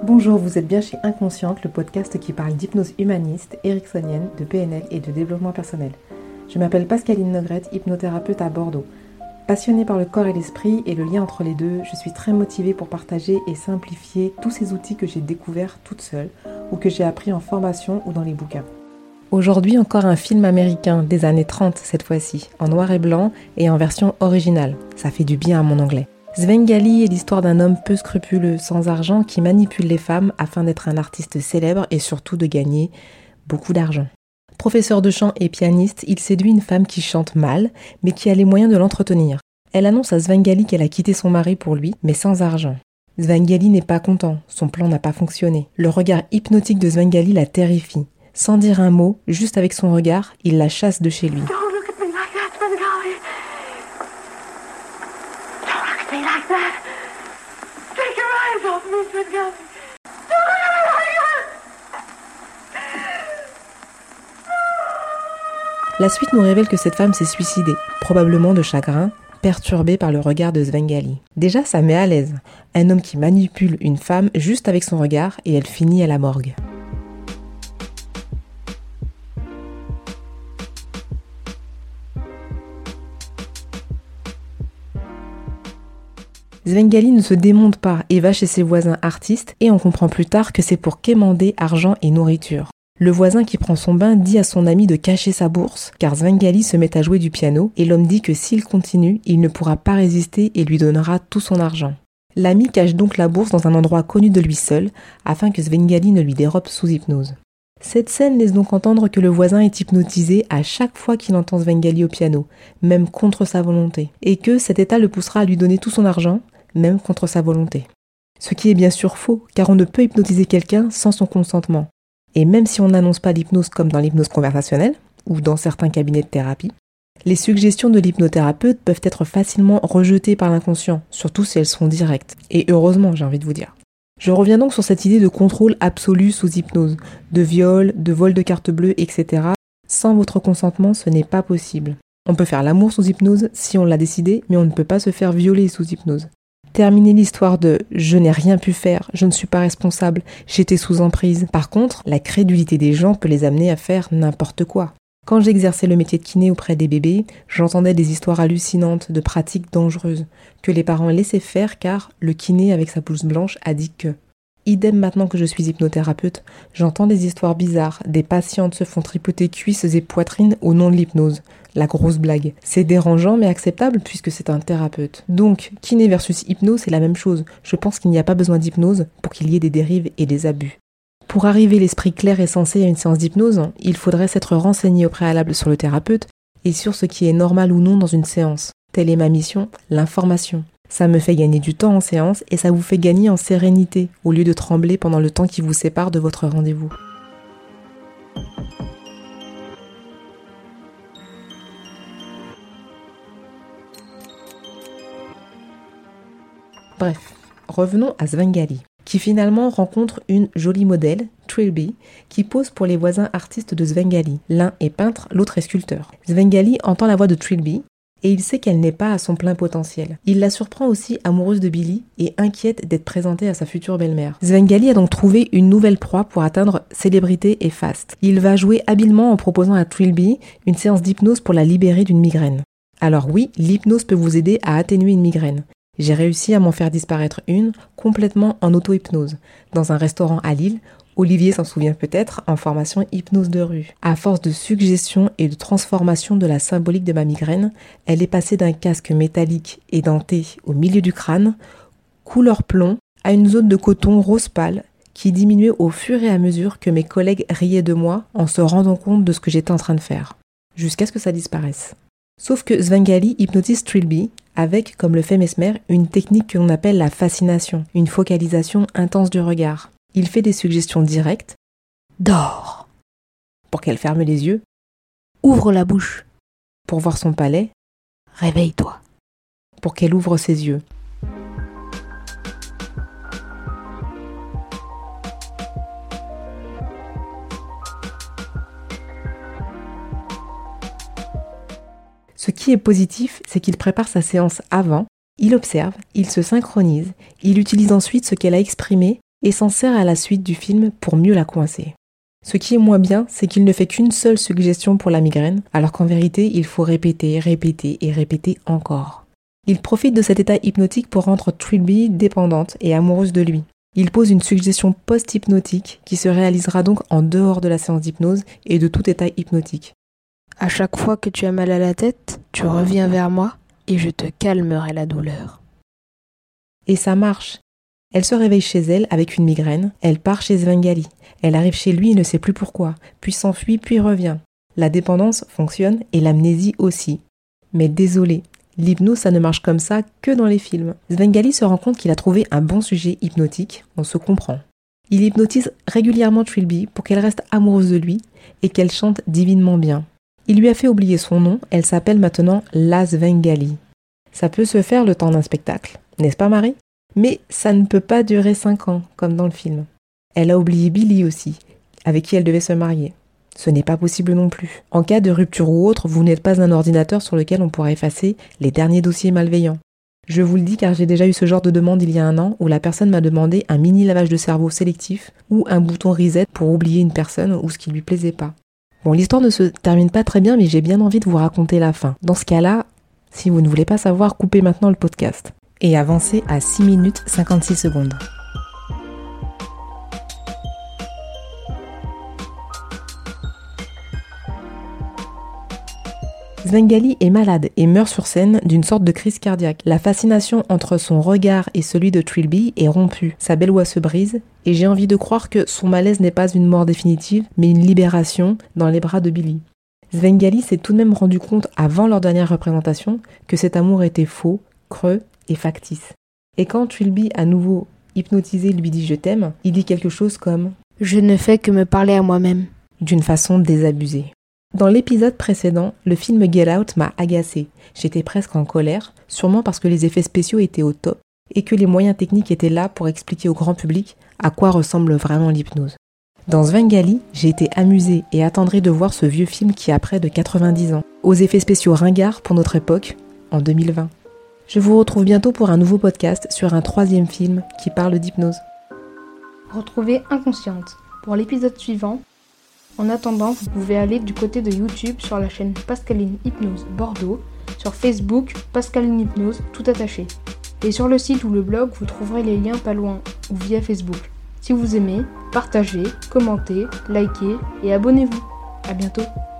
Bonjour, vous êtes bien chez Inconsciente, le podcast qui parle d'hypnose humaniste, ericksonienne, de PNL et de développement personnel. Je m'appelle Pascaline Nogrette, hypnothérapeute à Bordeaux. Passionnée par le corps et l'esprit et le lien entre les deux, je suis très motivée pour partager et simplifier tous ces outils que j'ai découverts toute seule ou que j'ai appris en formation ou dans les bouquins. Aujourd'hui, encore un film américain des années 30 cette fois-ci, en noir et blanc et en version originale. Ça fait du bien à mon anglais. Svengali est l'histoire d'un homme peu scrupuleux, sans argent, qui manipule les femmes afin d'être un artiste célèbre et surtout de gagner beaucoup d'argent. Professeur de chant et pianiste, il séduit une femme qui chante mal, mais qui a les moyens de l'entretenir. Elle annonce à Svengali qu'elle a quitté son mari pour lui, mais sans argent. Svengali n'est pas content, son plan n'a pas fonctionné. Le regard hypnotique de Svengali la terrifie. Sans dire un mot, juste avec son regard, il la chasse de chez lui. La suite nous révèle que cette femme s'est suicidée, probablement de chagrin, perturbée par le regard de Svengali. Déjà, ça met à l'aise. Un homme qui manipule une femme juste avec son regard et elle finit à la morgue. Svengali ne se démonte pas et va chez ses voisins artistes et on comprend plus tard que c'est pour quémander argent et nourriture. Le voisin qui prend son bain dit à son ami de cacher sa bourse car Svengali se met à jouer du piano et l'homme dit que s'il continue, il ne pourra pas résister et lui donnera tout son argent. L'ami cache donc la bourse dans un endroit connu de lui seul afin que Svengali ne lui dérobe sous hypnose. Cette scène laisse donc entendre que le voisin est hypnotisé à chaque fois qu'il entend Svengali au piano, même contre sa volonté, et que cet état le poussera à lui donner tout son argent, même contre sa volonté. Ce qui est bien sûr faux, car on ne peut hypnotiser quelqu'un sans son consentement. Et même si on n'annonce pas l'hypnose comme dans l'hypnose conversationnelle, ou dans certains cabinets de thérapie, les suggestions de l'hypnothérapeute peuvent être facilement rejetées par l'inconscient, surtout si elles sont directes. Et heureusement, j'ai envie de vous dire. Je reviens donc sur cette idée de contrôle absolu sous hypnose, de viol, de vol de carte bleue, etc. Sans votre consentement, ce n'est pas possible. On peut faire l'amour sous hypnose si on l'a décidé, mais on ne peut pas se faire violer sous hypnose. Terminer l'histoire de « je n'ai rien pu faire, je ne suis pas responsable, j'étais sous emprise ». Par contre, la crédulité des gens peut les amener à faire n'importe quoi. Quand j'exerçais le métier de kiné auprès des bébés, j'entendais des histoires hallucinantes de pratiques dangereuses que les parents laissaient faire car le kiné avec sa blouse blanche a dit que. Idem maintenant que je suis hypnothérapeute, j'entends des histoires bizarres, des patientes se font tripoter cuisses et poitrines au nom de l'hypnose. La grosse blague. C'est dérangeant mais acceptable puisque c'est un thérapeute. Donc, kiné versus hypnose, c'est la même chose. Je pense qu'il n'y a pas besoin d'hypnose pour qu'il y ait des dérives et des abus. Pour arriver l'esprit clair et sensé à une séance d'hypnose, il faudrait s'être renseigné au préalable sur le thérapeute et sur ce qui est normal ou non dans une séance. Telle est ma mission, l'information. Ça me fait gagner du temps en séance et ça vous fait gagner en sérénité au lieu de trembler pendant le temps qui vous sépare de votre rendez-vous. Bref, revenons à Svengali, qui finalement rencontre une jolie modèle, Trilby, qui pose pour les voisins artistes de Svengali. L'un est peintre, l'autre est sculpteur. Svengali entend la voix de Trilby et il sait qu'elle n'est pas à son plein potentiel. Il la surprend aussi amoureuse de Billy et inquiète d'être présentée à sa future belle-mère. Svengali a donc trouvé une nouvelle proie pour atteindre célébrité et faste. Il va jouer habilement en proposant à Trilby une séance d'hypnose pour la libérer d'une migraine. Alors oui, l'hypnose peut vous aider à atténuer une migraine. J'ai réussi à m'en faire disparaître une, complètement en auto-hypnose. Dans un restaurant à Lille, Olivier s'en souvient peut-être, en formation hypnose de rue. À force de suggestion et de transformation de la symbolique de ma migraine, elle est passée d'un casque métallique édenté au milieu du crâne, couleur plomb, à une zone de coton rose pâle qui diminuait au fur et à mesure que mes collègues riaient de moi en se rendant compte de ce que j'étais en train de faire, jusqu'à ce que ça disparaisse. Sauf que Svengali hypnotise Trilby avec, comme le fait Mesmer, une technique que l'on appelle la fascination, une focalisation intense du regard. Il fait des suggestions directes. Dors pour qu'elle ferme les yeux. Ouvre la bouche pour voir son palais. Réveille-toi pour qu'elle ouvre ses yeux. Ce qui est positif, c'est qu'il prépare sa séance avant, il observe, il se synchronise, il utilise ensuite ce qu'elle a exprimé et s'en sert à la suite du film pour mieux la coincer. Ce qui est moins bien, c'est qu'il ne fait qu'une seule suggestion pour la migraine, alors qu'en vérité, il faut répéter, répéter et répéter encore. Il profite de cet état hypnotique pour rendre Trilby dépendante et amoureuse de lui. Il pose une suggestion post-hypnotique qui se réalisera donc en dehors de la séance d'hypnose et de tout état hypnotique. À chaque fois que tu as mal à la tête, tu reviens vers moi et je te calmerai la douleur. Et ça marche. Elle se réveille chez elle avec une migraine, elle part chez Svengali. Elle arrive chez lui et ne sait plus pourquoi, puis s'enfuit, puis revient. La dépendance fonctionne et l'amnésie aussi. Mais désolé, l'hypnose ça ne marche comme ça que dans les films. Svengali se rend compte qu'il a trouvé un bon sujet hypnotique, on se comprend. Il hypnotise régulièrement Trilby pour qu'elle reste amoureuse de lui et qu'elle chante divinement bien. Il lui a fait oublier son nom, elle s'appelle maintenant la Svengali. Ça peut se faire le temps d'un spectacle, n'est-ce pas Marie ? Mais ça ne peut pas durer 5 ans, comme dans le film. Elle a oublié Billy aussi, avec qui elle devait se marier. Ce n'est pas possible non plus. En cas de rupture ou autre, vous n'êtes pas un ordinateur sur lequel on pourra effacer les derniers dossiers malveillants. Je vous le dis car j'ai déjà eu ce genre de demande il y a 1 an où la personne m'a demandé un mini lavage de cerveau sélectif ou un bouton reset pour oublier une personne ou ce qui lui plaisait pas. Bon, l'histoire ne se termine pas très bien mais j'ai bien envie de vous raconter la fin. Dans ce cas-là, si vous ne voulez pas savoir, coupez maintenant le podcast. Et avancez à 6 minutes 56 secondes. Svengali est malade et meurt sur scène d'une sorte de crise cardiaque. La fascination entre son regard et celui de Trilby est rompue. Sa belle voix se brise et j'ai envie de croire que son malaise n'est pas une mort définitive, mais une libération dans les bras de Billy. Svengali s'est tout de même rendu compte avant leur dernière représentation que cet amour était faux, creux et factice. Et quand Trilby, à nouveau hypnotisé, lui dit « je t'aime », il dit quelque chose comme « Je ne fais que me parler à moi-même », d'une façon désabusée. Dans l'épisode précédent, le film Get Out m'a agacée. J'étais presque en colère, sûrement parce que les effets spéciaux étaient au top et que les moyens techniques étaient là pour expliquer au grand public à quoi ressemble vraiment l'hypnose. Dans Svengali, j'ai été amusée et attendrie de voir ce vieux film qui a près de 90 ans, aux effets spéciaux ringards pour notre époque, en 2020. Je vous retrouve bientôt pour un nouveau podcast sur un 3e film qui parle d'hypnose. Retrouvez Inconsciente pour l'épisode suivant. En attendant, vous pouvez aller du côté de YouTube sur la chaîne Pascaline Hypnose Bordeaux, sur Facebook Pascaline Hypnose tout attaché. Et sur le site ou le blog, vous trouverez les liens pas loin ou via Facebook. Si vous aimez, partagez, commentez, likez et abonnez-vous. À bientôt.